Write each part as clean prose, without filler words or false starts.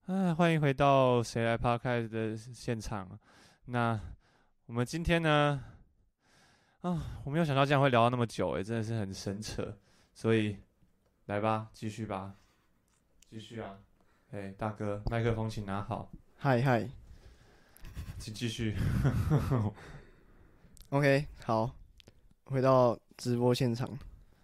欢迎回到谁来 Podcast 的现场。那我们今天呢，我没有想到这样会聊到那么久，真的是很神扯。所以来吧，继续吧，继续啊！大哥，麦克风请拿好。 嗨， 继续。 OK， 好，回到直播现场，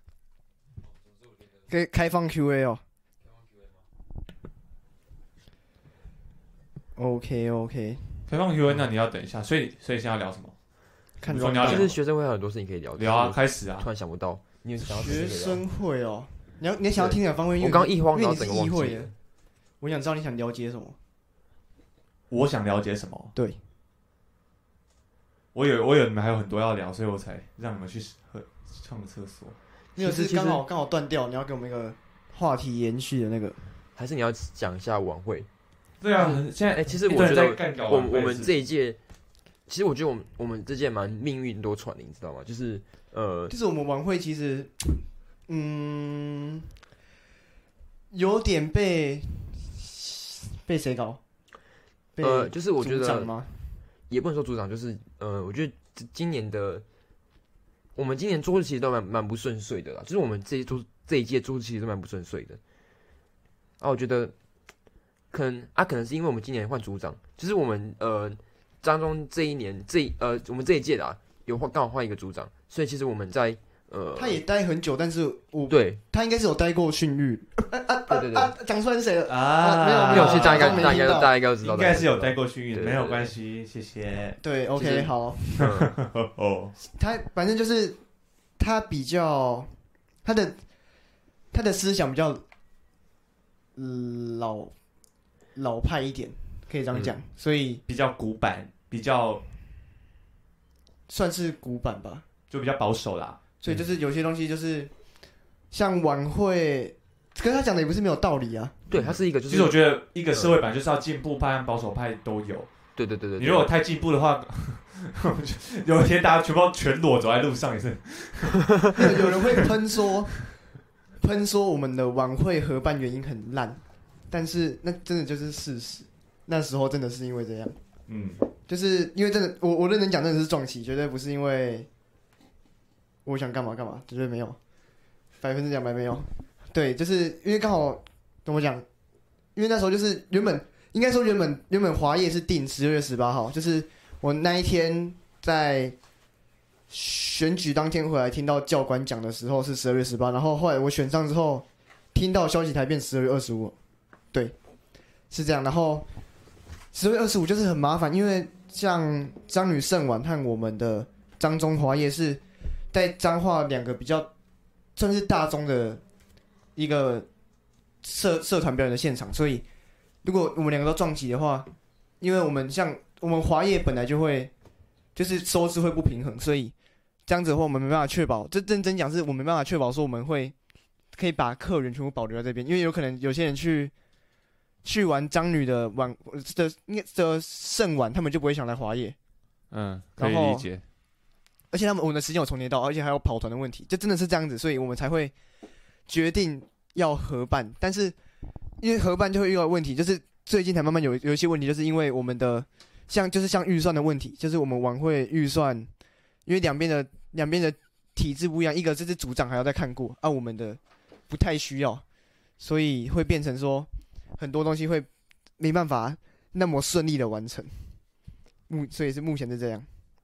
可以开放 QA 哦。OK， 开放 Q&A， 那你要等一下，所以现在要聊什么？ 看你说你要聊其实学生会有很多事情可以聊。 聊啊，开始啊！ 突然想不到，你有想要学生会哦，你想要听哪方面？ 我刚一慌， 因为你是然后整个议会的忘记了。 我想知道你想了解什么。 我想了解什么？ 对， 我以为你们还有很多要聊，所以我才让你们去上个厕所。 没有，是刚好断掉，你要给我们一个话题延续的那个。 还是你要讲一下晚会？ 对啊，现在其实我觉得我们这一一届，其实我觉得我们这届蛮命运多舛的，你知道吗？就是我们晚会其实，有点被谁搞？ 就是我觉得组长吗？ 也不能说组长，就是我觉得我们今年做事其实都蛮不顺遂的啦，就是我们这一届做事其实都蛮不顺遂的。我觉得可能是因为我们今年换组长，就是我们当中这一年我们这一届的刚好换一个组长，所以其实我们在他也待很久，但是对他应该是有待过训育。 对， 讲出来是谁了啊？ 没有， 其实大家应该都知道， 应该是有待过训育的， 对没有关系，谢谢。 对 ，OK， 好。他反正就是他比较他的思想比较老派一点，可以这样讲，所以比较古板，比较算是古板吧， 就比较保守啦。 所以就是有些东西就是像晚会，可是他讲的也不是没有道理啊。 对，他是一个就是， 其实我觉得一个社会本来就是要进步派和保守派都有。 对， 你如果太进步的话，有一天大家全裸走在路上也是。 有人会喷说我们的晚会合办原因很烂，但是那真的就是事实。那时候真的是因为这样，就是因为真的，我认真讲，真的是撞期，绝对不是因为我想干嘛，绝对没有，200%没有。对，就是因为刚好怎么讲？因为那时候就是原本华业是定12月18号，就是我那一天在选举当天回来听到教官讲的时候是12月18，然后后来我选上之后听到消息才变12月25，对，是这样。然后12月25就是很麻烦，因为像彰女圣晚和我们的彰中华业是在彰化两个比较算是大宗的一个社团表演的现场，所以如果我们两个都撞击的话，因为我们华业本来就会就是收支会不平衡，所以这样子的话我们没办法确保，这认真讲是我们没办法确保说我们可以把客人全部保留在这边，因为有可能有些人去玩彰女的圣晚，他们就不会想来华业。 可以理解。 而且我们的时间有重叠到，而且还有跑团的问题，就真的是这样子，所以我们才会决定要合办。但是因为合办就会遇到问题，就是最近才慢慢有一些问题，就是因为我们的像预算的问题，就是我们晚会预算，因为两边的体制不一样，一个就是组长还要再看过，我们的不太需要，所以会变成说很多东西会没办法那么顺利的完成。所以是目前是这样。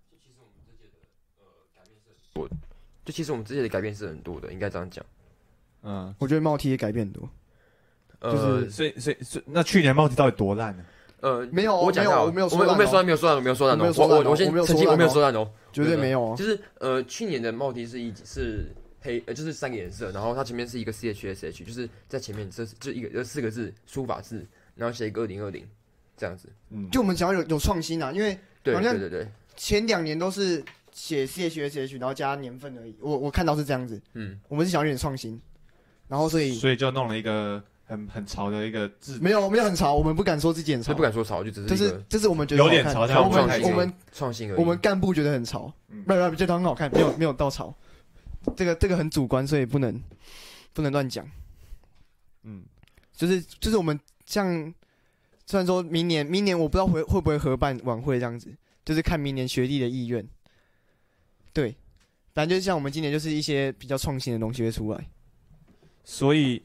其实我们这届的改变是很多的，应该这样讲。 我觉得帽 T 也改变很多。 就是所以那去年帽 T 到底多烂呢？ 没有， 我讲一下， 我没有说烂， 我没有说烂，我先澄清，我没有说烂哦， 绝对没有。 就是去年的帽 T 是黑，就是3个颜色，然后它前面是一个 CHSH， 就是在前面就4个字书法字，然后写一个2020这样子。 就我们想要有创新啊，因为对， 前2年都是写 CHSH， 然后加年份而已。我看到是这样子。我们是想要有点创新，然后所以就弄了一个很潮的一个字。 没有很潮，我们不敢说自己很潮， 不敢说潮，就只是这是我们觉得有点潮， 我们创新而已。 我们干部觉得很潮，不觉得很好看，没有到潮。这个很主观，所以不能乱讲。就是我们像虽然说明年我不知道会不会合办晚会这样子，就是看明年学弟的意愿。对，反正就是像我们今年就是一些比较创新的东西会出来。 所以，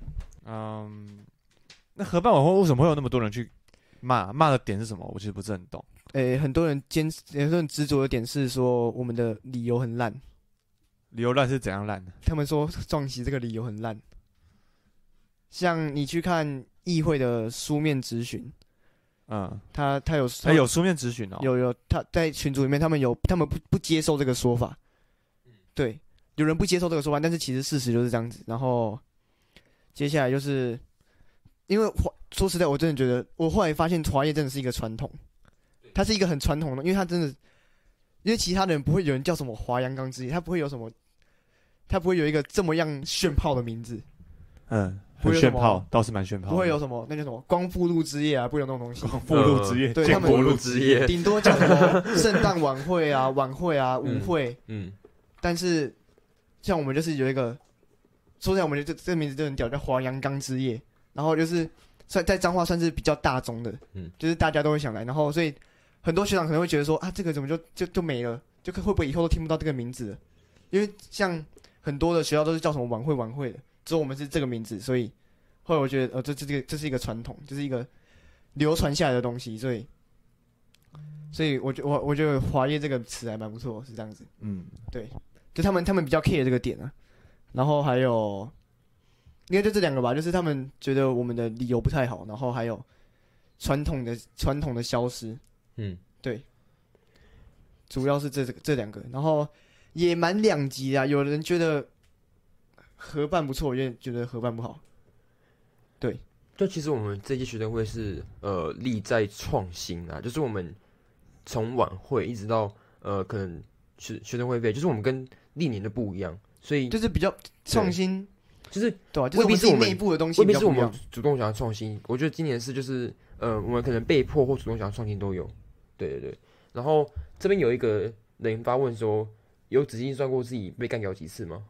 那合办晚会为什么会有那么多人去骂？骂的点是什么？我其实不是很懂。 很多人执着的点是说我们的理由很烂。 理由烂是怎样烂的？ 他们说撞席这个理由很烂。像你去看议会的书面质询，他有书面质询哦， 有他在群组里面，他们不接受这个说法，对，有人不接受这个说法，但是其实事实就是这样子。然后接下来就是，因为说实在，我真的觉得，我后来发现华业真的是一个传统，它是一个很传统的，因为它真的，因为其他人不会有人叫什么华阳钢之夜，他不会有什么，他不会有一个这么样炫炮的名字， 很炫炮，倒是蛮炫炮。 不会有什么那叫什么光复路之夜啊，不会有那种东西。 光复路之夜， 对， 建国路之夜， 顶多叫什么圣诞晚会啊、晚会啊、舞会。但是像我们就是有一个，说起来我们这个名字就很屌，叫华阳钢之夜。然后就是在彰化算是比较大宗的，就是大家都会想来。然后所以很多学长可能会觉得说啊，这个怎么就没了？就会不会以后都听不到这个名字了？因为像很多的学校都是叫什么晚会的。只有我们是这个名字，所以后来我觉得，这是一个传统，就是一个流传下来的东西，所以我觉得华业这个词还蛮不错，是这样子。对，就他们比较 care 这个点啊，然后还有，应该就这两个吧，就是他们觉得我们的理由不太好，然后还有传统的消失，对，主要是这两个，然后也蛮两极啊，有人觉得合办不错，也觉得合办不好。对， 就其实我们这届学生会是力在创新啊，就是我们从晚会一直到可能学生会费，就是我们跟历年的不一样，所以就是比较创新， 就是对啊，就是我们自己内部的东西未必是我们主动想要创新。我觉得今年是就是我们可能被迫或主动想要创新都有。对。然后这边有一个人发问说，有仔细算过自己被干掉几次吗？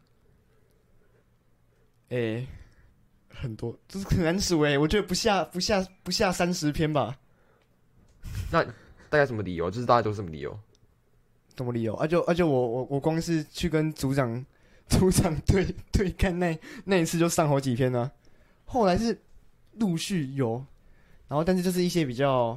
很多，这是很难数我觉得不下30篇吧。 那大概什么理由？就是大家都是什么理由？ 什么理由？而且我光是去跟组长对干那一次就上好几篇了，后来是陆续有，然后但是就是一些比较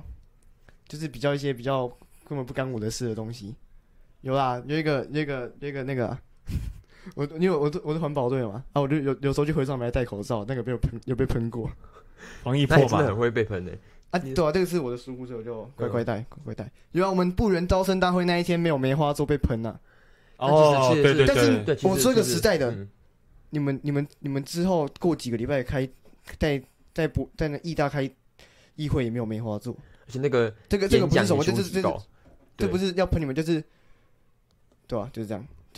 根本不干我的事的东西，有啦，有一个那个。因为我是环保队嘛，我就有时候去会上没戴口罩，那个有被喷过， 防疫破吧， 真的很会被喷对啊，这个是我的疏忽，所以我就乖戴。原来我们部员招生大会那一天没有梅花座被喷了。 对。 但是我说一个实在的，你们之后过几个礼拜开在那义大开议会也没有梅花座， 而且那个这个不是什么，这不是要喷你们，就是对吧？就是这样，就是。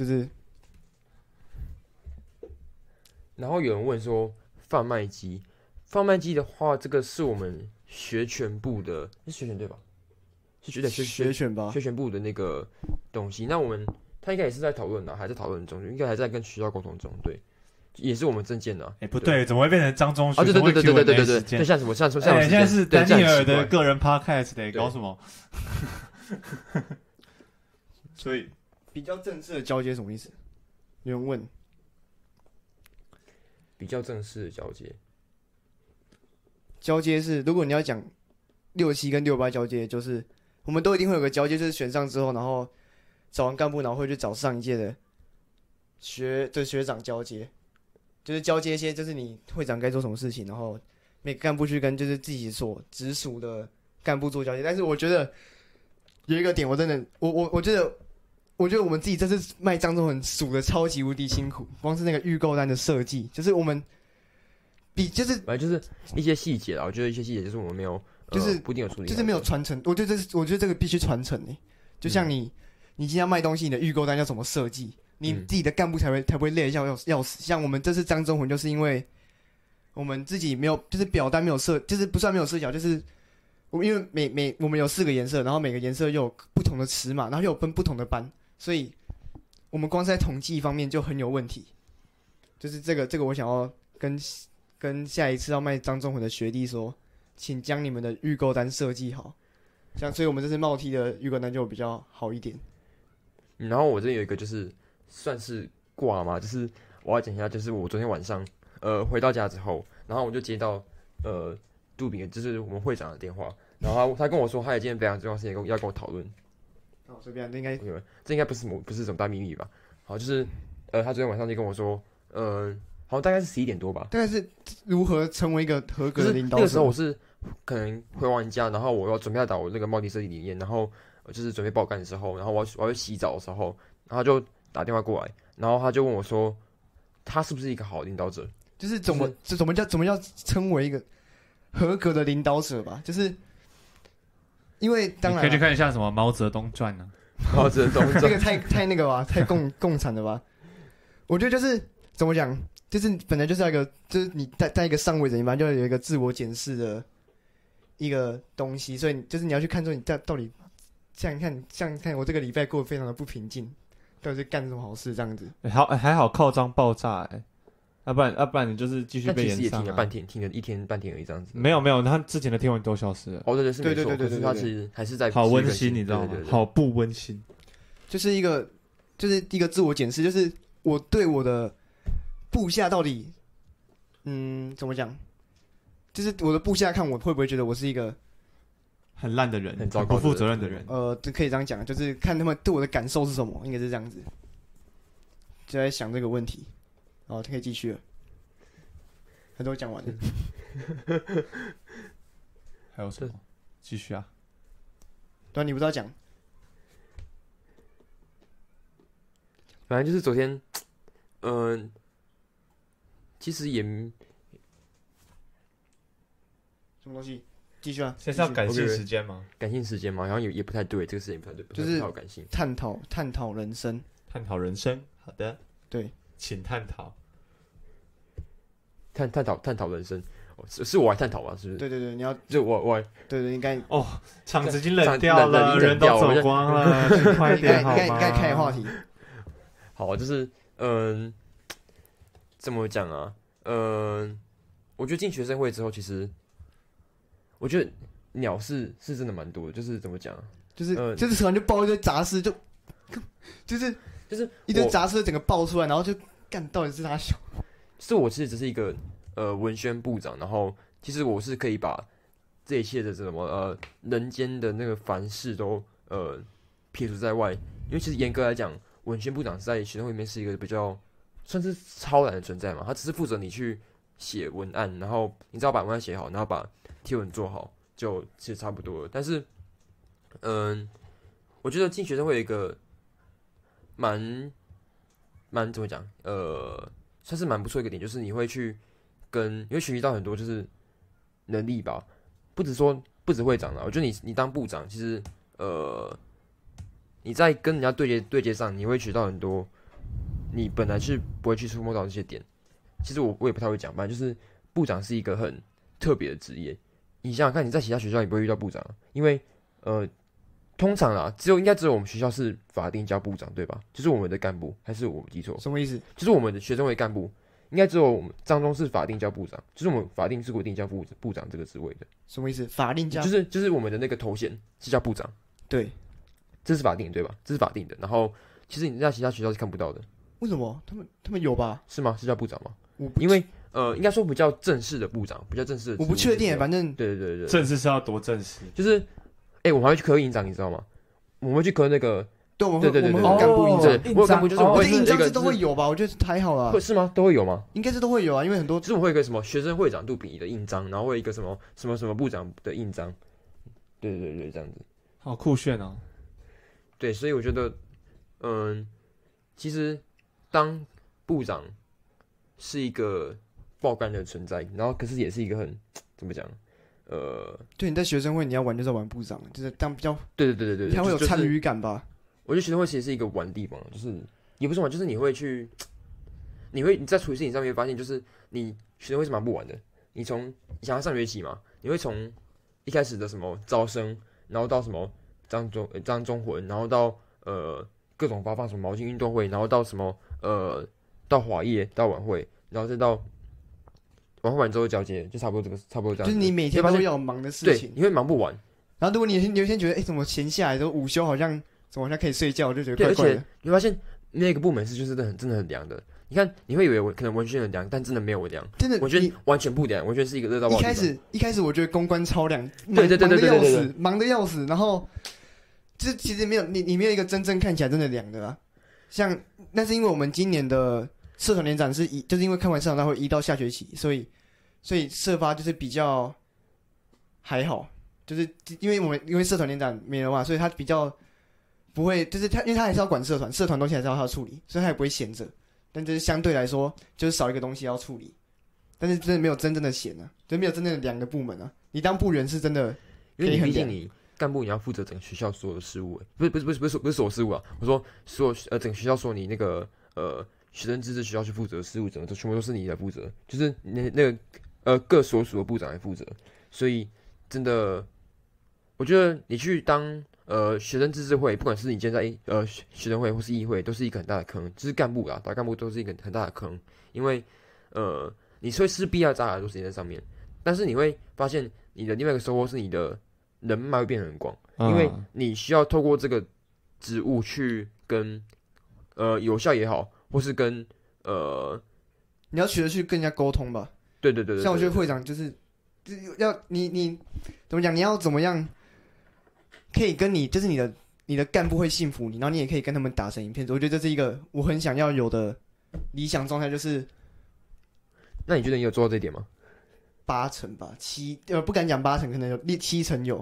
然后有人问说，贩卖机的话，这个是我们学权部的，是学权对吧？是学权吧？学权部的那个东西。那他应该也是在讨论的，还在讨论中，应该还在跟学校沟通中。对，也是我们政见的。 不对，怎么会变成张中学？ 对，像什么像现在是丹尼尔的个人 podcast 搞什么？所以比较正式的交接什么意思？有人问。 比较正式的交接是，如果你要讲67跟68交接，就是我们都一定会有个交接，就是选上之后，然后找完干部，然后会去找上一届的学长交接，就是交接一些就是你会长该做什么事情，然后每个干部去跟就是自己所直属的干部做交接。但是我觉得有一个点，我真的我觉得我们自己这次卖张忠恒数的超级无敌辛苦，光是那个预购单的设计，就是我们就是一些细节啊，我觉得一些细节就是我们没有，就是不一定有处理， 就是没有传承。我觉得这个必须传承就像你今天要卖东西，你的预购单要怎么设计，你自己的干部才不会累得要死。像我们这次张忠恒，就是因为我们自己没有，就是表单没有设，就是不算没有设计好，就是因为我们有4个颜色，然后每个颜色又有不同的尺码，然后又有分不同的班。所以，我们光是在统计方面就很有问题。就是这个，我想要跟下一次要卖张忠恒的学弟说， 请将你们的预购单设计好。所以我们这次帽 T 的预购单就比较好一点。 然后我这边有一个就是算是挂嘛，就是我要讲一下，就是我昨天晚上回到家之后，然后我就接到杜炳，就是我们会长的电话，然后他跟我说他有一件非常重要的事情要跟我讨论。 哦，随便，这应该不是什么大秘密吧？好，就是他昨天晚上就跟我说，好像大概是11点多吧。 大概是如何成为一个合格的领导者？ 那个时候我是可能回完家，然后我要准备要打我那个帽 T 设计理念，然后就是准备爆肝的时候，然后我要去洗澡的时候，然后他就打电话过来，然后他就问我说，他是不是一个好领导者？ 就是怎么叫称为一个合格的领导者吧？就是因为当然你可以去看一下什么《毛泽东传》呢。 毛泽东这个太那个吧，太共产了吧？我觉得就是怎么讲，就是本来就是要一个，就是你在一个上位者，你本来就有一个自我检视的一个东西，所以就是你要去看说你到底像看我这个礼拜过得非常的不平静，到底是干什么好事这样子？ 还好靠章爆炸要不然你就是继续被延上。 其实也停了半天，停了1天半天而已这样子。 没有，他之前的天文都消失了。 哦，对，是没错。可是他其实还是在好温馨，你知道吗？好不温馨。 就是一个自我检视，就是我对我的部下到底，怎么讲？就是我的部下看我会不会觉得我是一个很烂的人， 很糟糕、 不负责任的人。 可以这样讲，就是看他们对我的感受是什么，应该是这样子。就在想这个问题，哦，可以继续了。他都讲完了。 还有什么？继续啊。 对啊，你不知道讲。 反正就是昨天，其实也什么东西？继续啊！ 现在是要感性时间吗？ 感性时间嘛，好像也不太对，这个事情不太对， 就是好感性。 探讨人生， 探讨人生。好的， 对， 请探讨。 探讨人生，是我来探讨吗？是不是？ 对，你要就我对，应该哦，场子已经冷掉了，人都走光了，快点好吗？ 应该开话题。 好，就是怎么讲啊？我觉得进学生会之后，其实我觉得鸟是真的蛮多的，就是怎么讲、啊， 就是突然就爆一堆杂事，就是一堆杂事整个爆出来，然后就干到底是他小。 是我其实只是一个文宣部长，然后其实我是可以把这一切的什么人间的那个凡事都撇除在外，因为其实严格来讲，文宣部长在学生会里面是一个比较算是超然的存在嘛，他只是负责你去写文案，然后你只要把文案写好，然后把贴文做好，就其实差不多了。但是我觉得进学生会有一个蛮怎么讲算是蛮不错一个点，就是你会学习到很多就是能力吧，不止会长啦，我觉得你当部长，其实你在跟人家对接上，你会学到很多你本来是不会去触摸到这些点。其实我也不太会讲，反正就是部长是一个很特别的职业。你想想看，你在其他学校也不会遇到部长，因为通常啦，应该只有我们学校是法定叫部长，对吧？就是我们的干部，还是我们记错？ 什么意思？ 就是我们的学生会干部，应该只有我们彰中是法定叫部长，就是我们法定是规定叫部长这个职位的。 什么意思？法定叫就是我们的那个头衔是叫部长， 对， 这是法定对吧？这是法定的。然后其实你在其他学校是看不到的。 为什么？他们有吧？ 是吗？是叫部长吗？因为应该说比较正式的部长，比较正式的。 我不确定，反正对， 正式是要多正式？ 就是我们还会去科营长，你知道吗？我们会去科那个， 对，我们会干部营长， 我有干部就是我们营长都会有吧？我觉得还好啦。 会是吗？都会有吗？ 应该是都会有啊，因为很多就是我们会有一个什么学生会长杜炳仪的印章，然后会有一个什么部长的印章，对，这样子， 好酷炫哦。 对，所以我觉得，其实当部长是一个爆肝的存在，然后可是也是一个很怎么讲？ 对，你在学生会你要玩就是要玩部长，就是当比较对， 才会有参与感吧。 我觉得学生会其实是一个玩的地方，就是也不是玩，就是你在处理事情上面会发现，就是你学生会是蛮不玩的。你想要上学期嘛，你会从一开始的什么招生，然后到什么张中魂，然后到各种发放什么毛巾运动会，然后到什么到华夜到晚会，然后再到晚会完之后交接，就差不多这样。 就是你每天都要忙的事情， 对，你会忙不完。 然后如果你有一天觉得，怎么闲下来都午休好像可以睡觉，就觉得怪怪的。 而且你发现那个部门是就是真的很凉的。你看，你会以为可能文宣很凉，但真的没有凉， 真的文宣完全不凉，文宣是一个热到爆。 一开始我觉得公关超凉， 对， 忙得要死，然后这其實没有你没有一个真正看起来真的凉的啊。像那是因为我们今年的社团联展就是因为看完社团大会移到下学期，所以社发就是比较还好，就是因为社团联展没了嘛，所以他比较不会，就是因为他还是要管社团东西还是要他处理，所以他也不会闲着。但就是相对来说，就是少一个东西要处理，但是真的没有真正的闲啊，就没有真正的两个部门啊。你当部员是真的， 因为毕竟你干部你要负责整个学校所有的事务，不是所有事务啊，我说所有整个学校说你那个学生自治学校去负责的事务，整个全部都是你来负责，就是那个各所属的部长来负责，所以真的，我觉得你去当学生自治会，不管是你现在学生会或是议会，都是一个很大的坑，就是干部啦，打干部都是一个很大的坑，因为你势必要扎很多时间在上面，但是你会发现你的另外一个收获是你的人脉会变得很广，因为你需要透过这个职务去跟有效也好，或是跟你要学着去跟人家沟通吧。 对， 像我觉得会长就是要你怎么讲，你要怎么样可以跟就是你的干部会信服你，然后你也可以跟他们打成一片。我觉得这是一个我很想要有的理想状态，就是。 那你觉得你有做到这一点吗 ？8成吧，不敢讲8成，可能有7成有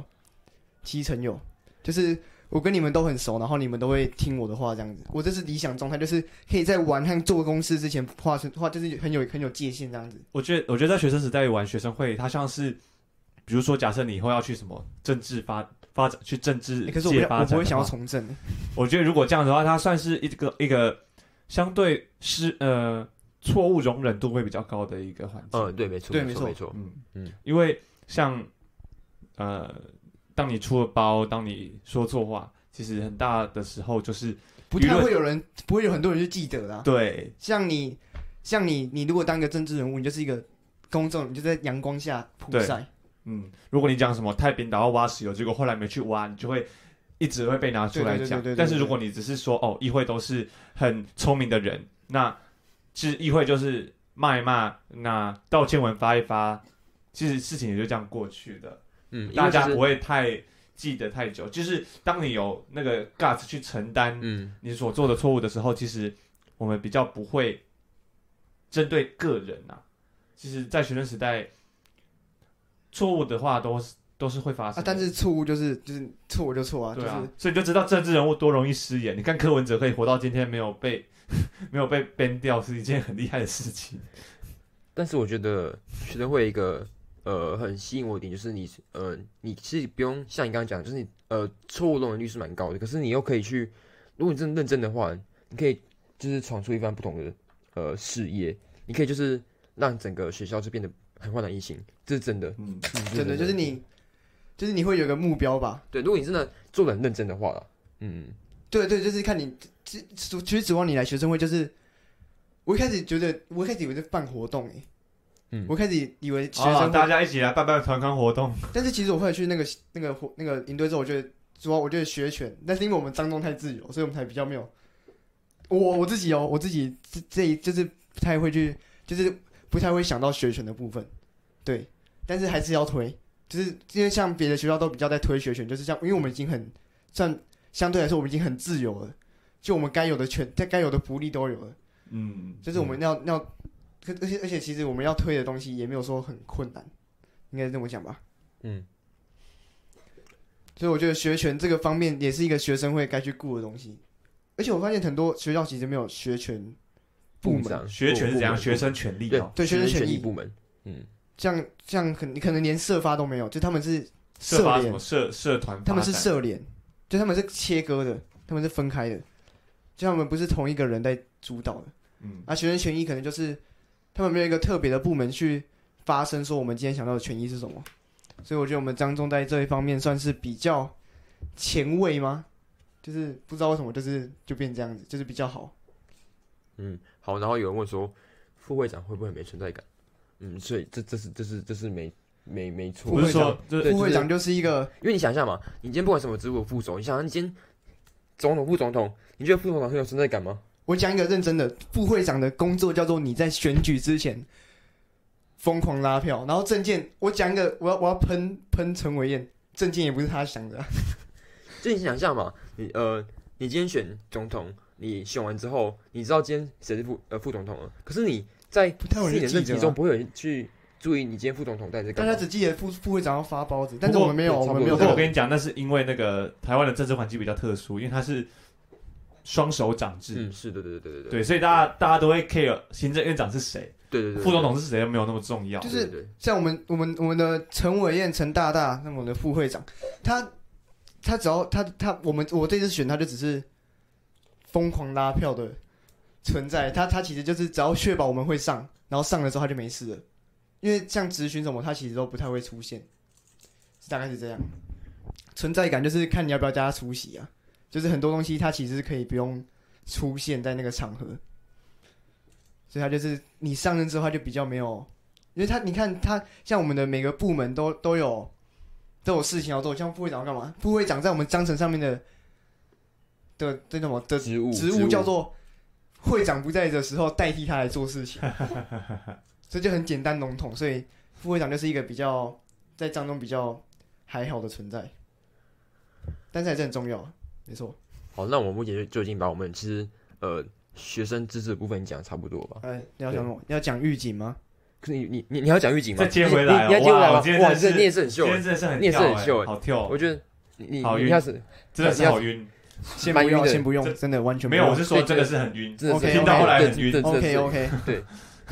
，7成有，就是我跟你们都很熟，然后你们都会听我的话，这样子。我这是理想状态，就是可以在玩和做公司之前画，就是很有界限这样子。 我觉得在学生时代玩学生会，它像是，比如说假设你以后要去什么政治发展，去政治可是我不会想要从政。 我觉得如果这样的话，它算是一个相对错误容忍度会比较高的一个环境。 对，没错。 因为像当你出了包，当你说错话，其实很大的时候就是不会有很多人去记得啦。 对， 像你如果当一个政治人物，你就是一个公众，你就在阳光下曝晒。 如果你讲什么太平岛要挖石油，结果后来没去挖，你就会一直会被拿出来讲。但是如果你只是说议会都是很聪明的人，那其实议会就是骂一骂，那道歉文发一发，其实事情也就这样过去的。大家不会太记得太久。就是当你有那个 guts 去承担你所做的错误的时候，其实我们比较不会针对个人啊。其实，在学生时代，错误的话都是会发生但是错误就是错就错啊。 对啊， 就是、 所以你就知道政治人物多容易失言。你看柯文哲可以活到今天，没有被 ban 掉，是一件很厉害的事情。 但是我觉得学生会有一个很吸引我的点，就是你其实不用像你刚刚讲，就是你错误容忍率是蛮高的，可是你又可以去，如果你真的认真的话，你可以就是闯出一番不同的事业，你可以就是让整个学校就变得很焕然一新，这是真的。 真的就是你会有个目标吧？ 对，如果你真的做得很认真的话啦， 对，就是看你，其实指望你来学生会，就是我一开始以为是办活动我开始以为学生会大家一起来办团康活动， 但是其实我后来去那个营队之后，我觉得学拳，但是因为我们当中太自由，所以我们才比较没有。我自己这就是不太会去，就是不太会想到学拳的部分，对，但是还是要推，就是因为像别的学校都比较在推学拳，就是因为我们已经很算相对来说我们已经很自由了，就我们该有的该有的福利都有了，就是我们要。而且其实我们要推的东西也没有说很困难，应该是这么讲吧。所以我觉得学拳这个方面也是一个学生会该去顾的东西。而且我发现很多学校其实没有学拳部门， 学拳是怎样？学生权利对学生权利部门。 像你可能连社发都没有，就他们是社联社团， 他们是社联，就他们是切割的，他们是分开的，就他们不是同一个人在主导的。学生权益可能就是。他们没有一个特别的部门去发声，说我们今天想到的权益是什么，所以我觉得我们彰中在这一方面算是比较前卫吗？就是不知道为什么，就变这样子，就是比较好。 好。然后有人问说，副会长会不会没存在感？ 所以这是没错。 不是说副会长就是一个， 因为你想一下嘛，你今天不管什么职务的副手，你想你今天总统、副总统，你觉得副总统很有存在感吗？ 我讲一个认真的，副会长的工作叫做你在选举之前疯狂拉票，然后证件，我讲一个，我要喷陈伟燕，证件也不是他想的、啊， 就你想一下嘛，你今天选总统，你选完之后，你知道今天谁是副总统了，可是你在4年任期中不会有人去注意你今天副总统在这干嘛， 大家只记得副会长要发包子，但是我们没有，我们没有。 我跟你讲，那是因为那个台湾的政治环境比较特殊，因为它是双手掌制， 是对， 对，所以大家都会 care 行政院长是谁， 对， 副总统是谁又没有那么重要， 就是像我们的陈伟燕陈大大，那么我们的副会长，他只要我这次选他就只是疯狂拉票的存在，他其实就是只要确保我们会上，然后上了之后他就没事了，因为像质询什么他其实都不太会出现，大概是这样。存在感就是看你要不要加他出席啊，就是很多东西他其实是可以不用出现在那个场合，所以他就是你上任之后他就比较没有，因为你看他像我们的每个部门都有事情要做，像副会长要干嘛？副会长在我们章程上面的什么的职务叫做会长不在的时候代替他来做事情，这就很简单笼统，所以副会长就是一个比较在章中比较还好的存在，但是还是很重要，没错。 好，那我们目前就已经把我们其实学生知识的部分讲差不多吧。 要讲预警吗？ 可是你要讲预警吗？ 再接回来， 你要接回来吗？ 哇， 你也是很秀， 今天真的是很， 你也是很秀， 好跳。 我觉得你要是真的是好晕， 先不用，真的完全没有。我是说真的是很晕， 听到后来很晕。 OK， 对，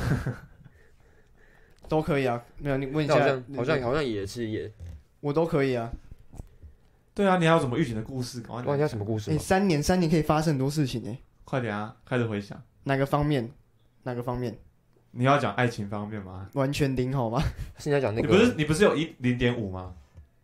都可以啊。没有，你问一下， 好像也是我都可以啊。 对啊，你还有什么预警的故事？ 哇，你有什么故事吗？ 3年可以发生很多事情快点啊，开始回想。 哪个方面？ 你要讲爱情方面吗？ 完全零好吗？ 现在讲那个， 你不是有0.5吗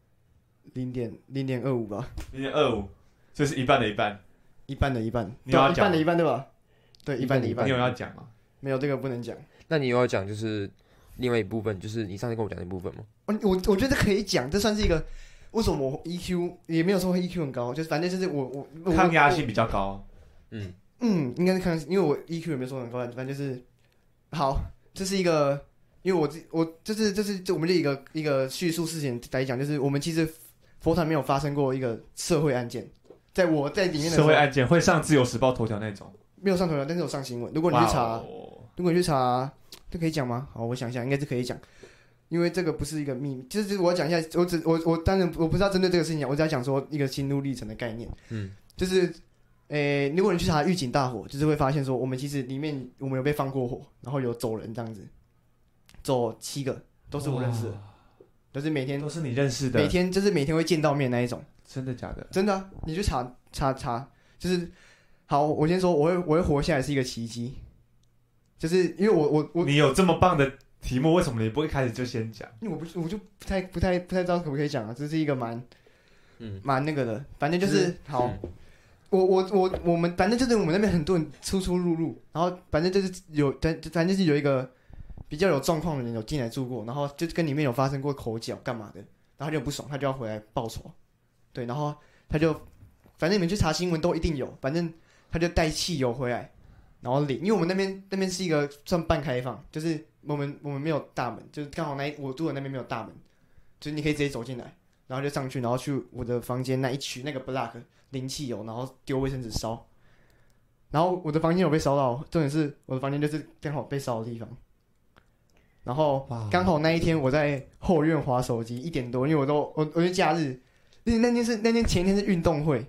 ？0.25吧。 0.25，就是一半的一半。 一半的一半。 你要讲一半的一半对吧？对，一半的一半。 你有要讲吗？ 没有，这个不能讲。 那你有要讲就是另外一部分，就是你上次跟我讲的部分吗？ 我觉得可以讲，这算是一个。为什么我 EQ 也没有说 EQ 很高，就是反正就是我抗压性比较高。 应该是抗压性，因为我 EQ 也没有说很高，反正就是好，这是一个，因为我这我们就一个叙述事情来讲，就是我们其实佛坛没有发生过一个社会案件，在我在里面的社会案件会上自由时报头条那种， 没有上头条，但是有上新闻。如果你去查，这可以讲吗？好，我想想，应该是可以讲。因为这个不是一个秘密，就是我讲一下，我当然我不是要针对这个事情讲，我只要讲说一个心路历程的概念，就是如果你去查预警大火，就是会发现说我们其实里面我们有被放过火，然后有走人这样子，走7个都是我认识的，都是每天都是你认识的， 每天会见到面那一种， 真的假的？ 真的啊，你去查，就是好，我先说我会活下来是一个奇迹，就是因为我你有这么棒的题目，为什么你不会开始就先讲？ 因为我就不太知道可不可以讲啊，这是一个蛮那个的，反正就是好。我们反正就是我们那边很多人出入，然后反正就是反正就是有一个比较有状况的人有进来住过，然后就跟里面有发生过口角干嘛的，然后他就不爽，他就要回来报仇，对，然后他就反正你们去查新闻都一定有，反正他就带汽油回来，然后领，因为我们那边是一个算半开放，就是我们没有大门，就是刚好我住的那边没有大门，就是你可以直接走进来，然后就上去，然后去我的房间那一区那个 block。淋汽油，然后丢卫生纸烧，然后我的房间有被烧到，重点是我的房间就是刚好被烧的地方，然后刚好那一天我在后院滑手机1点多，因为我就假日，那天前一天是运动会，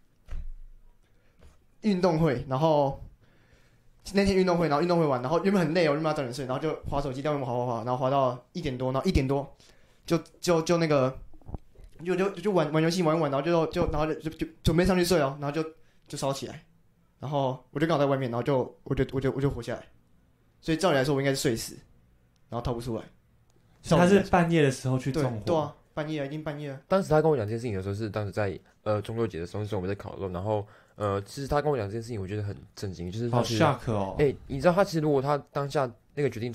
然后那天运动会，然后运动会完，然后原本很累我原本要早点睡，然后就滑手机，在外面滑，然后滑到1点多，然后1点多就那个。就玩游戏玩，然后就准备上去睡哦，然后就烧起来，然后我就刚好在外面，然后我就活下来，所以照理来说我应该是睡死，然后逃不出来。 他是半夜的时候去纵火， 对啊，半夜啊，已经半夜了。 当时他跟我讲这件事情的时候，是当时在中秋节的时候，我们在讨论，然后其实他跟我讲这件事情，我觉得很震惊，就是好 shock 哦。 你知道他其实如果他当下那个决定做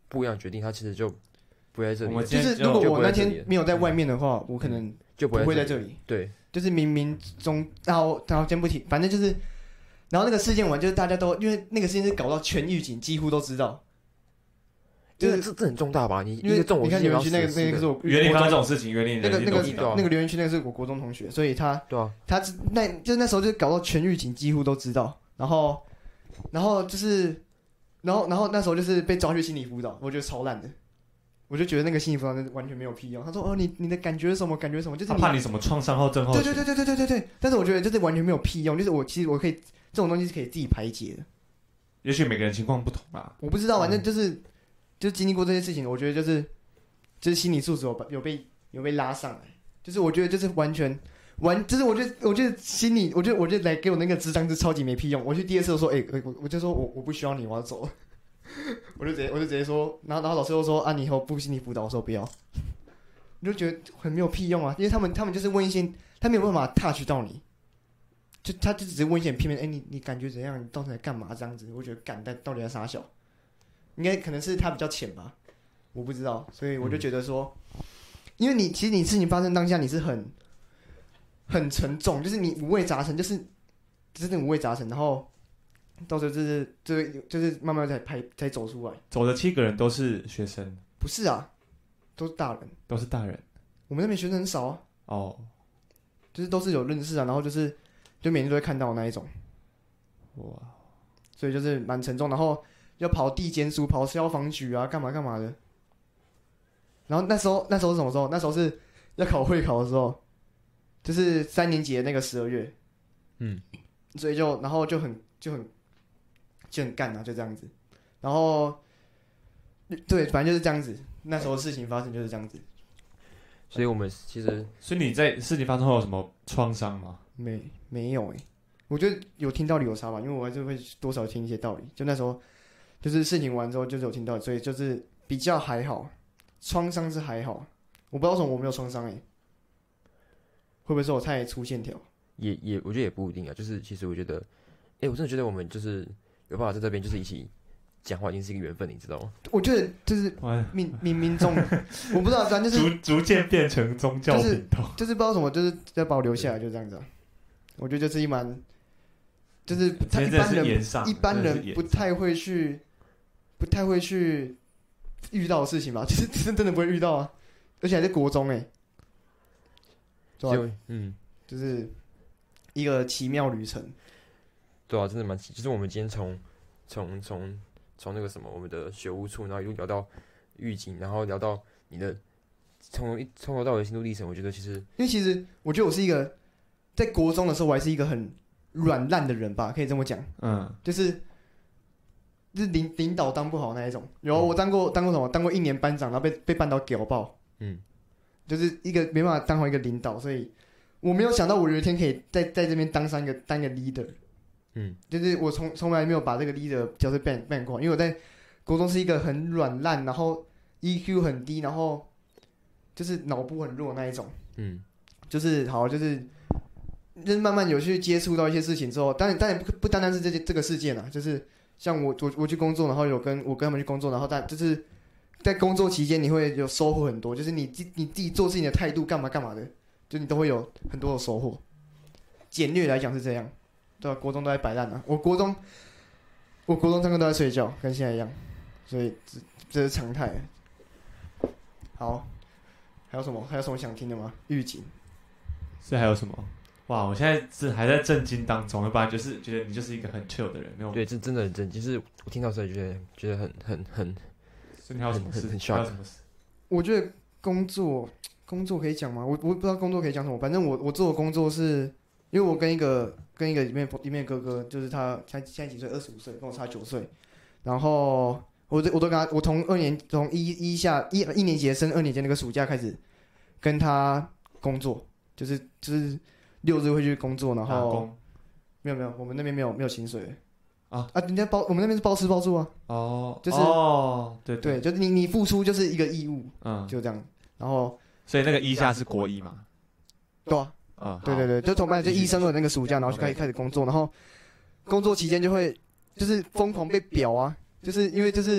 不一样的决定，他其实就不会在这里。 就是如果我那天没有在外面的话，我可能就不会在这里。 对， 就是冥冥中，然后先不提，反正就是，然后那个事件完，就是大家都因为那个事件是搞到全狱警几乎都知道。 就是这很重大吧？ 因为你看留言区那个是我园林发生这种事情，园林那个留言区那个是我国中同学，所以他那时候就搞到全狱警几乎都知道，然后就是然后那时候就是被抓去心理辅导，我觉得超烂的，我就觉得那个心理辅导完全没有屁用。他说哦你的感觉是什么？就是他怕你什么创伤后症候群。 对，但是我觉得就是完全没有屁用，就是其实我可以这种东西是可以自己排解的。 也许每个人情况不同吧， 我不知道，反正就经历过这些事情，我觉得就是心理素质有被拉上来，就是我觉得就是就是我觉得心理，我觉得来给我那个智商是超级没屁用。我去第二次说，我就说我不需要你，我要走了。我就直接说，然后老师又说啊，你以后不心理辅导，我说不要。我就觉得很没有屁用啊，因为他们就是问一些，他没有办法 touch 到你，他就只是问一些很片面，你感觉怎样？你到底在干嘛？这样子，我觉得到底在傻小。应该可能是他比较浅吧，我不知道，所以我就觉得说，因为其实你事情发生当下你是很沉重，就是你五味杂陈，就是真的五味杂陈，然后到时候就是慢慢才走出来。 走的7个人都是学生？ 不是啊，都是大人。 都是大人。 我们那边学生很少啊。 哦， 就是都是有认识啊，然后就每天都会看到那一种。 哇， 所以就是蛮沉重，然后要跑地检署、跑消防局啊，干嘛的。然后那时候是什么时候？那时候是要考会考的时候，就是3年级的那个12月。所以然后就很干啊，就这样子。然后对，反正就是这样子。那时候事情发生就是这样子。 所以我们其实， 所以你在事情发生后有什么创伤吗？ 没有我觉得有听道理有差吧，因为我还是会多少听一些道理。就那时候。就是事情完之后，就是有听到，所以就是比较还好，创伤是还好，我不知道为什么我没有创伤会不会是我太粗线条？ 我觉得也不一定啊。就是其实我觉得，我真的觉得我们就是有办法在这边就是一起讲话，已经是一个缘分，你知道吗？ 我觉得就是冥中，我不知道，反正就是逐渐变成宗教频道， 就是不知道什么，就是要把我留下来，就这样子。我觉得这是就是一般人不太会去遇到的事情吧，其实真的不会遇到啊，而且还在国中对吧？就是一个奇妙旅程。 对啊，真的蛮奇。就是我们今天从那个什么我们的学务处，然后一路聊到狱警，然后聊到你的从头到尾的心路历程，我觉得其实我觉得我是一个在国中的时候，我还是一个很软烂的人吧，可以这么讲。就是领导当不好那一种。我当过什么？当过1年班长，然后被班导屌爆。就是一个没办法当好一个领导，所以我没有想到我有一天可以在这边当一个 leader。就是我从来没有把这个 leader 角色扮过，因为我在国中是一个很软烂，然后 EQ 很低，然后就是脑部很弱那一种。就是慢慢有去接触到一些事情之后，当然不单单是这个事件啊，就是像我去工作，然后我跟他们去工作，然后就是在工作期间你会有收获很多，就是你自己做事情的态度干嘛的，就你都会有很多的收获。简略来讲是这样，对吧？国中都在摆烂啊，我国中上课都在睡觉，跟现在一样，所以这是常态。好，还有什么想听的吗？狱警， 是还有什么？哇！我现在还在震惊当中，要不然就是觉得你就是一个很 chill 的人，没有？ 对，这真的很震惊。就是我听到时候觉得很， 所以你还有什么事？ 很还有什么事？ 我觉得工作可以讲吗？我不知道工作可以讲什么，反正我做的工作是，因为我跟一个里面哥哥，就是他现在几岁？25岁，跟我差9岁。然后我都跟他，我从1年级升2年级那个暑假开始跟他工作，就是6日会去工作，然后没有，我们那边没有薪水啊，人家我们那边是包吃包住啊。就是对，就是你付出就是一个义务，就这样。然后所以那个下是国一嘛？ 对啊，对，就从班就1升2那个暑假，然后就开始工作，然后工作期间就会就是疯狂被表啊，就是因为就是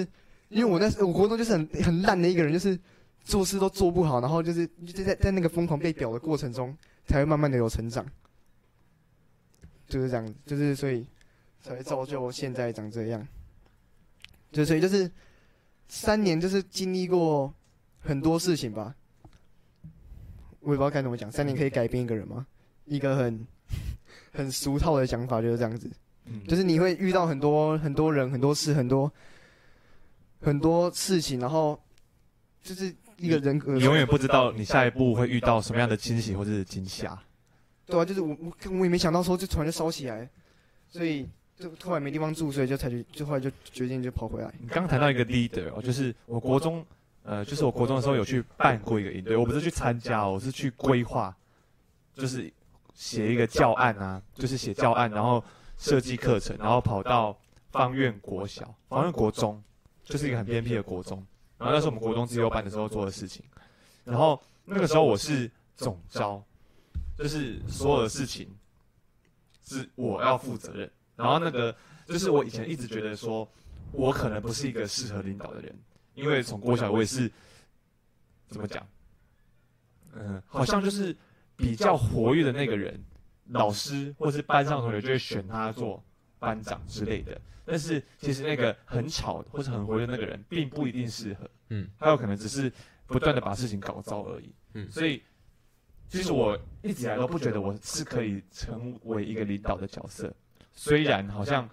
因为我国中就是很烂的一个人，就是做事都做不好，然后就是在那个疯狂被表的过程中，才会慢慢的有成长，就是这样子，就是所以才会造就现在长这样，所以就是3年就是经历过很多事情吧，我也不知道该怎么讲，3年可以改变一个人吗？一个很俗套的讲法就是这样子，就是你会遇到很多人、很多事、很多事情，然后就是一个人格， 你永远不知道你下一步会遇到什么样的惊喜或者是惊吓。 对啊，就是我也没想到说就突然就烧起来，所以就突然没地方住，所以就后来就决定就跑回来。 你刚谈到一个 leader 哦，就是我国中就是我国中的时候有去办过一个营队，我不是去参加哦，我是去规划，就是写一个教案啊，就是写教案，然后设计课程，然后跑到方院国中，就是一个很偏僻的国中。然后那是我们国中自由班的时候做的事情。然后那个时候我是总召，就是所有的事情是我要负责任。然后那个就是我以前一直觉得说，我可能不是一个适合领导的人，因为从国小我也是怎么讲，好像就是比较活跃的那个人，老师或是班上同学就会选他做班长之类的。但是其实那个很吵或是很活跃的那个人，并不一定适合，他有可能只是不断的把事情搞糟而已，所以其实我一直以来都不觉得我是可以成为一个领导的角色，虽然好像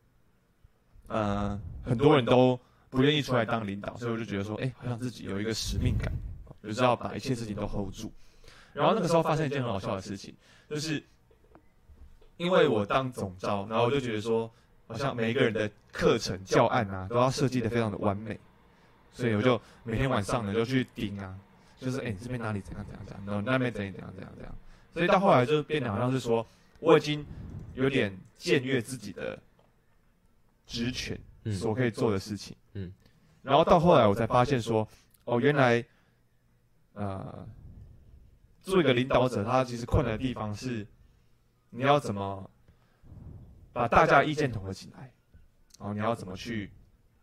很多人都不愿意出来当领导，所以我就觉得说，好像自己有一个使命感，就是要把一切事情都 hold 住。然后那个时候发生一件很好笑的事情，就是因为我当总召，然后我就觉得说，好像每一个人的课程教案啊，都要设计的非常的完美，所以我就每天晚上呢就去盯啊，就是你这边哪里怎样，然后那边怎样，所以到后来就变得好像是说，我已经有点僭越自己的职权所可以做的事情，然后到后来我才发现说，原来做一个领导者，他其实困难的地方是，你要怎么把大家的意见统合起来，然后你要怎么去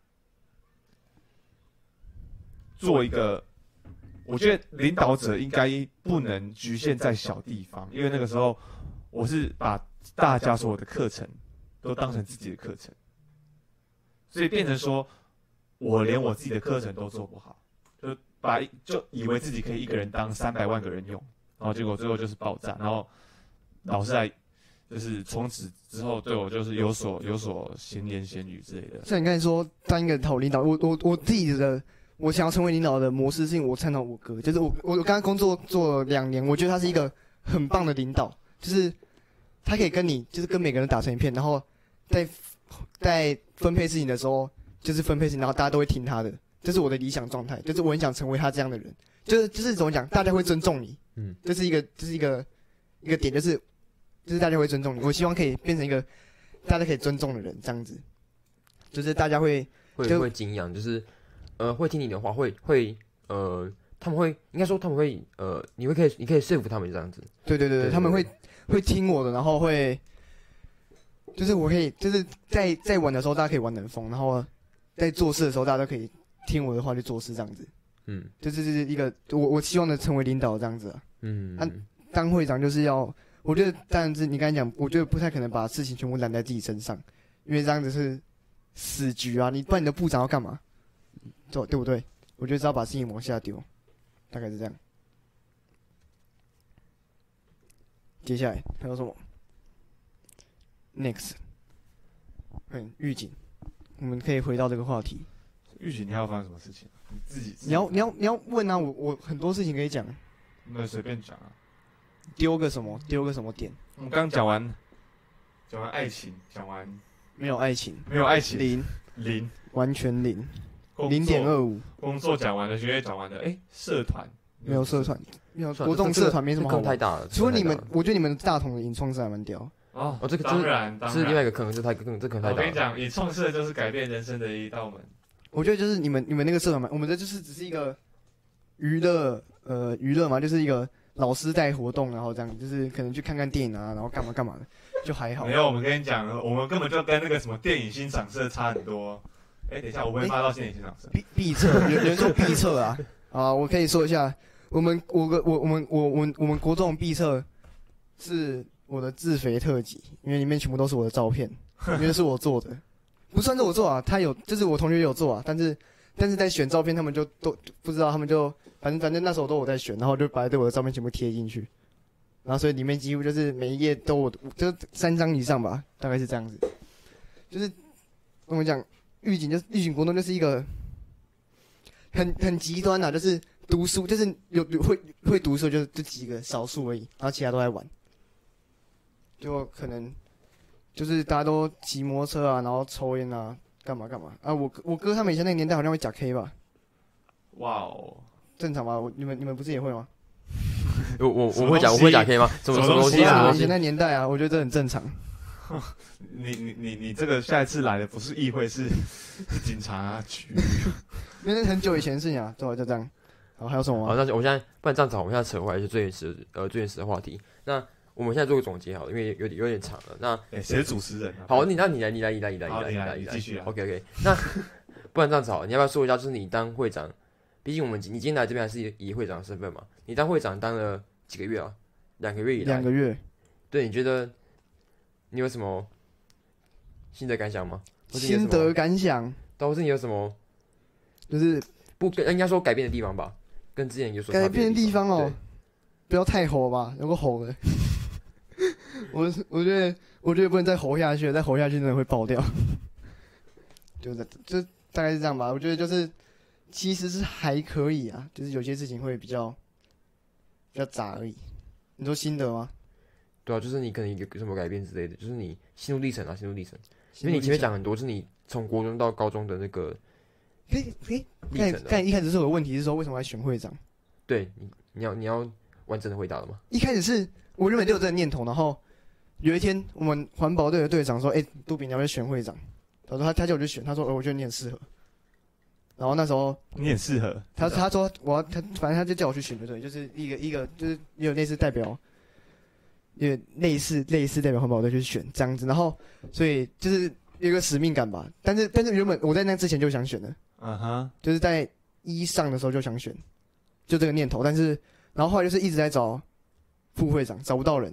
做一个，我觉得领导者应该不能局限在小地方，因为那个时候我是把大家所有的课程都当成自己的课程，所以变成说我连我自己的课程都做不好，就以为自己可以一个人当300万个人用，然后结果最后就是爆炸，然后老师还就是从此之后对我就是有所闲言闲语之类的。 像你刚才说当一个好领导，我自己的我想要成为领导的模式，是因为我参考我哥，就是我刚刚工作做了2年，我觉得他是一个很棒的领导，就是他可以跟你就是跟每个人打成一片，然后在分配事情的时候就是分配事情，然后大家都会听他的，这是我的理想状态，就是我很想成为他这样的人，就是怎么讲，大家会尊重你，这是一个点，就是大家会尊重你，我希望可以变成一个大家可以尊重的人，这样子，就是大家会敬仰，就是会听你的话，他们会应该说他们会你可以说服他们这样子， 对，他们会听我的，然后会就是我可以就是在玩的时候大家可以玩得很疯，然后在做事的时候大家都可以听我的话去做事，这样子，就是一个我希望的成为领导这样子啊，当会长就是要。我觉得当然是你刚才讲，我觉得不太可能把事情全部揽在自己身上，因为这样子是死局啊！不然你的部长要干嘛？对不对？我觉得只要把事情往下丢，大概是这样。接下来还有什么 ？Next， 预警，我们可以回到这个话题。 预警，你还要发生什么事情？你自己你要问啊！我很多事情可以讲。 那随便讲啊。 丢个什么点？ 我们刚讲完爱情，讲完没有爱情， 零， 完全零，0.25。 工作讲完了，学业讲完了，社团没有社团，没有活动社团没什么好玩。 太大了。 除了你们，我觉得你们大同的影创社还蛮屌。 这个当然， 是另外一个坑，这坑太大了。 我跟你讲，影创社就是改变人生的一道门。 我觉得就是你们那个社团嘛，我们这就是只是一个娱乐嘛，就是一个。老师带活动，然后这样就是可能去看看电影啊，然后干嘛的，就还好。 没有，我们跟你讲，我们根本就跟那个什么电影欣赏社差很多。 等一下，我不会发到心理现场上。 必测，有人说必测啊。啊，我可以说一下，我们国中必测是我的自肥特辑，因为里面全部都是我的照片，因为是我做的，不算是我做啊，就是我同学有做啊，但是在选照片，他们就都不知道，他们就反正那时候都我在选，然后就把我的照片全部贴进去，然后所以里面几乎就是每一页都我就3张以上吧，大概是这样子。就是我们讲玉井国中就是一个很极端啊，就是读书就是会读书就是这几个少数而已，然后其他都在玩，就可能就是大家都骑摩托车啊，然后抽烟啊。干嘛啊？我哥他们以前那个年代好像会假 K 吧？ 哇哦， 正常吧？你们不是也会吗？ 我会假 K 吗？什么东西啊？ 以前那年代啊，我觉得这很正常。 你这个下一次来的不是议会是警察局， 那是很久以前的事情啊，对，就这样。然后还有什么吗？ 好，那我现在不然这样子好，我们现在扯回来是最原始的话题。那我们现在做个总结好了，因为有点长了。那谁是主持人？ 好，你来，你继续啊。 OK， 那不然这样子好，你要不要说一下，就是你当会长，毕竟你今天来这边还是以会长的身份嘛？你当会长当了几个月啊？2个月以来。 2个月。 对，你觉得你有什么心得感想吗？ 心得感想， 或是你有什么就是应该说改变的地方吧？跟之前有所改变的地方哦，不要太吼吧，有个吼的。我觉得不能再吼下去了，再吼下去真的会爆掉。就大概是这样吧。我觉得就是其实是还可以啊，就是有些事情会比较杂而已。你说心得吗？ 对啊，就是你可能有什么改变之类的，就是你心路历程。因为你前面讲很多是你从国中到高中的那个历程。 刚才一开始是有个问题是说为什么要选会长？ 对，你要完整的回答了吗？ 一开始是我原本就有这个念头，然后有一天我们环保队的队长说：“杜比，你要不要选会长？”他说他叫我去选，他说：“我觉得你很适合。”然后那时候你很适合， 他说反正他就叫我去选，对，就是一个就是有类似代表，有类似代表环保队去选这样子，然后所以就是有一个使命感吧。但是原本我在那之前就想选的，就是在1上的时候就想选，就这个念头。但是然后后来就是一直在找副会长，找不到，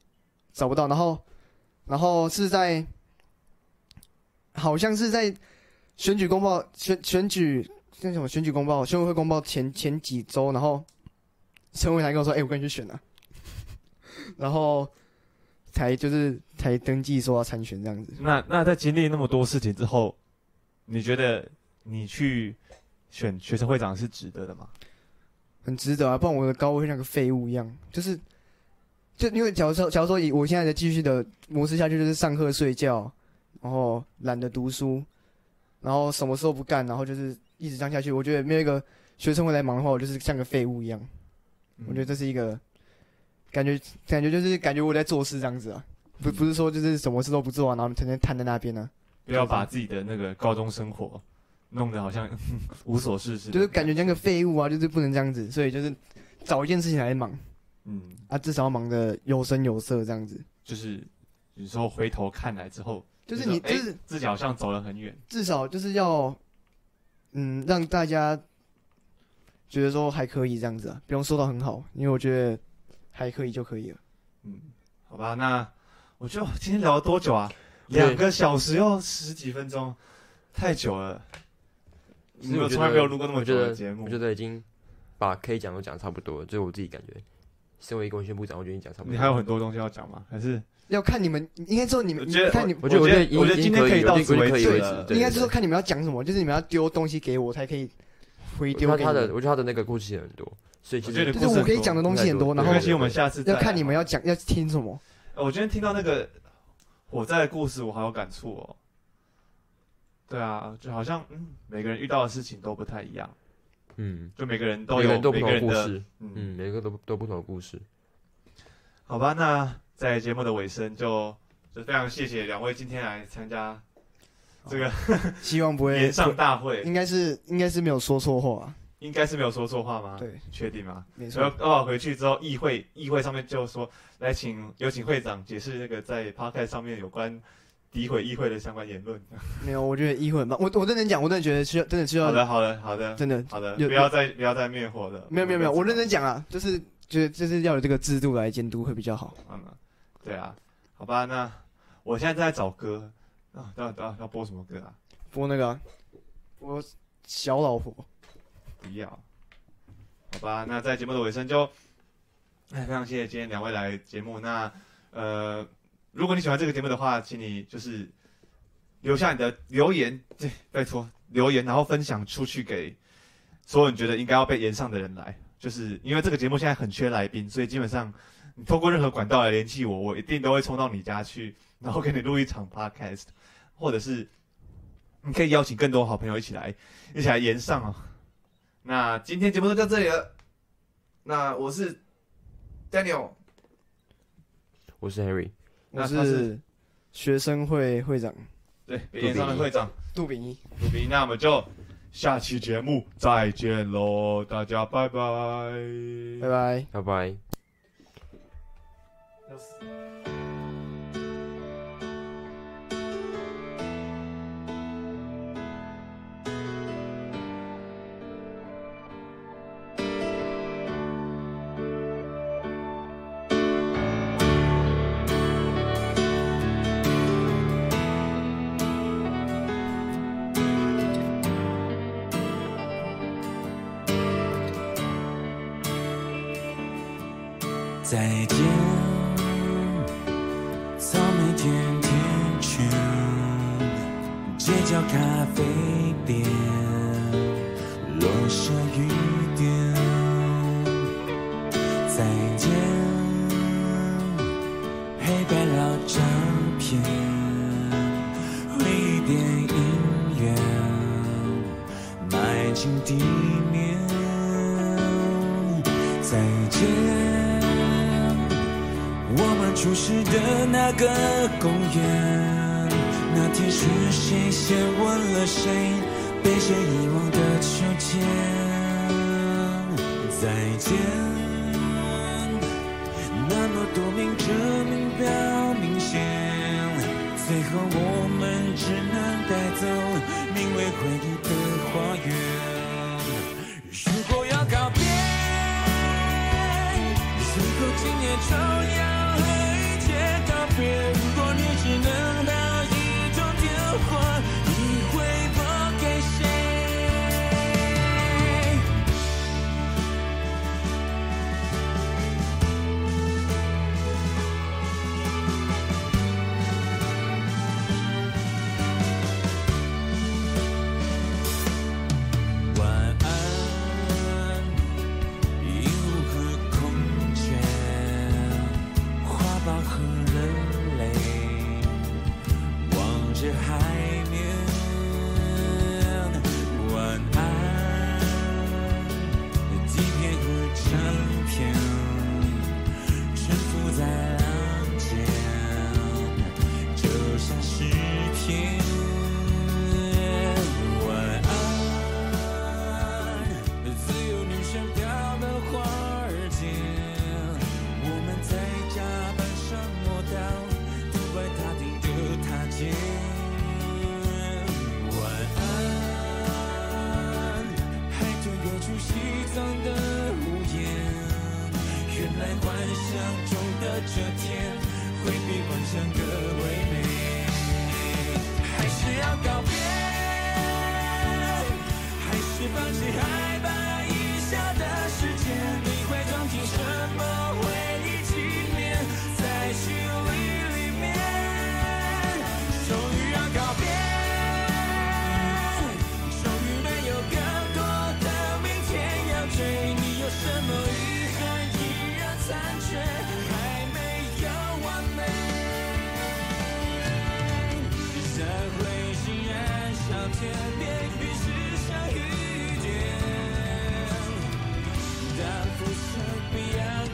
然后是在好像是在选举公报选举那什么选举公报选委会公报前几周，然后陈伟才跟我说：“我跟你去选啊。”然后才登记说要参选这样子。 那在经历那么多事情之后，你觉得你去选学生会长是值得的吗？ 很值得啊，不然我的高会像个废物一样，就因为假如说以我现在的继续的模式下去，就是上课睡觉，然后懒得读书，然后什么事都不干，然后就是一直这样下去。我觉得没有一个学生会来忙的话，我就是像个废物一样。我觉得这是一个感觉就是感觉我在做事这样子啊，不是说就是什么事都不做啊，然后天天瘫在那边呢。 不要把自己的那个高中生活弄得好像无所事事， 就是感觉像个废物啊，就是不能这样子，所以就是找一件事情来忙。至少要忙得有声有色这样子。就是有时候回头看来之后， 就是你就是自己好像走了很远， 至少就是要让大家觉得说还可以这样子啊，不用说到很好，因为我觉得还可以就可以了。 好吧，那我觉得今天聊了多久啊？2个小时又10几分钟，太久了。我从来没有录过那么久的节目。 我觉得已经把可以讲都讲差不多了，就是我自己感觉。身为一个文宣部长，我觉得你讲差不多。 你还有很多东西要讲吗？还是要看你们？应该说你们看你， 我觉得今天可以到此为止了。 应该是说看你们要讲什么，就是你们要丢东西给我，才可以回丢给你。 我觉得他的那个故事很多，所以就是我可以讲的东西很多。然后我们下次要看你们要听什么。 我今天听到那个火灾的故事，我好有感触哦。对啊，就好像每个人遇到的事情都不太一样。就每个人都有不同的故事，每个都不同的故事。 好吧，那在节目的尾声就非常谢谢2位今天来参加这个， 希望不会演上大会， 应该是没有说错话， 应该是没有说错话吗？ 对， 确定吗？ 没错。 然后回去之后，议会上面就说来有请会长解释那个在 podcast 上面有关诋毁议会的相关言论。 没有，我觉得议会很棒。我认真讲，我真的觉得真的需要。 好的， 真的好的，不要再灭火了。 没有，我认真讲啊，就是要有这个制度来监督会比较好。 对啊，好吧，那我现在在找歌啊，要播什么歌啊？ 播那个，播小老婆。 不要，好吧，那在节目的尾声就，非常谢谢今天2位来节目。那如果你喜欢这个节目的话，请你就是留下你的留言，对，拜托留言，然后分享出去给所有你觉得应该要被延上的人来。就是因为这个节目现在很缺来宾，所以基本上你透过任何管道来联系我，我一定都会冲到你家去，然后给你录一场 podcast， 或者是你可以邀请更多好朋友一起来延上哦。那今天节目就到这里了。那我是 Daniel， 我是 Harry， 我是学生会会长， 对，北研商的会长杜秉一。 那我们就下期节目再见喽，大家拜拜， 拜拜， 拜拜。 再见，草莓甜甜圈，街角咖啡店，落下雨点。再见，黑白老照片，回忆电影院，迈进地面。再见。我们初识的那个公园，那天是谁先吻了谁，被谁遗忘的秋千。再见，那么多名证明表明显，最后我们只能带走名为回忆的花园。如果要告别，最后今夜就要如果你只能打一通电话，你会拨给谁？晚安，银湖和空间，花苞和这海面，晚安，底片和唱片，沉浮在浪尖，就像诗篇。晚安，自由女神飘到华尔街，我们在甲板上摸到杜拜塔顶的塔尖。西藏的屋檐，原来幻想中的这天会比幻想更唯美。还是要告别，还是放弃害怕一下的时间？你会装进什么回忆纪念，在心里面？终于要告别，终于没有更多对你有什么遗憾依然残缺，还没有完美。在彗星燃烧天边，于是像雨点，当辐射不一样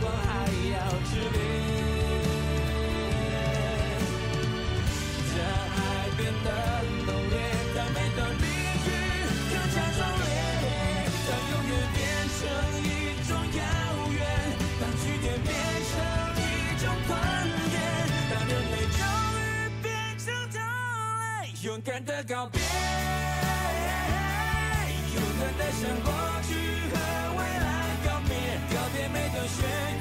勇敢的告别，勇敢的向过去和未来告别，告别每段旋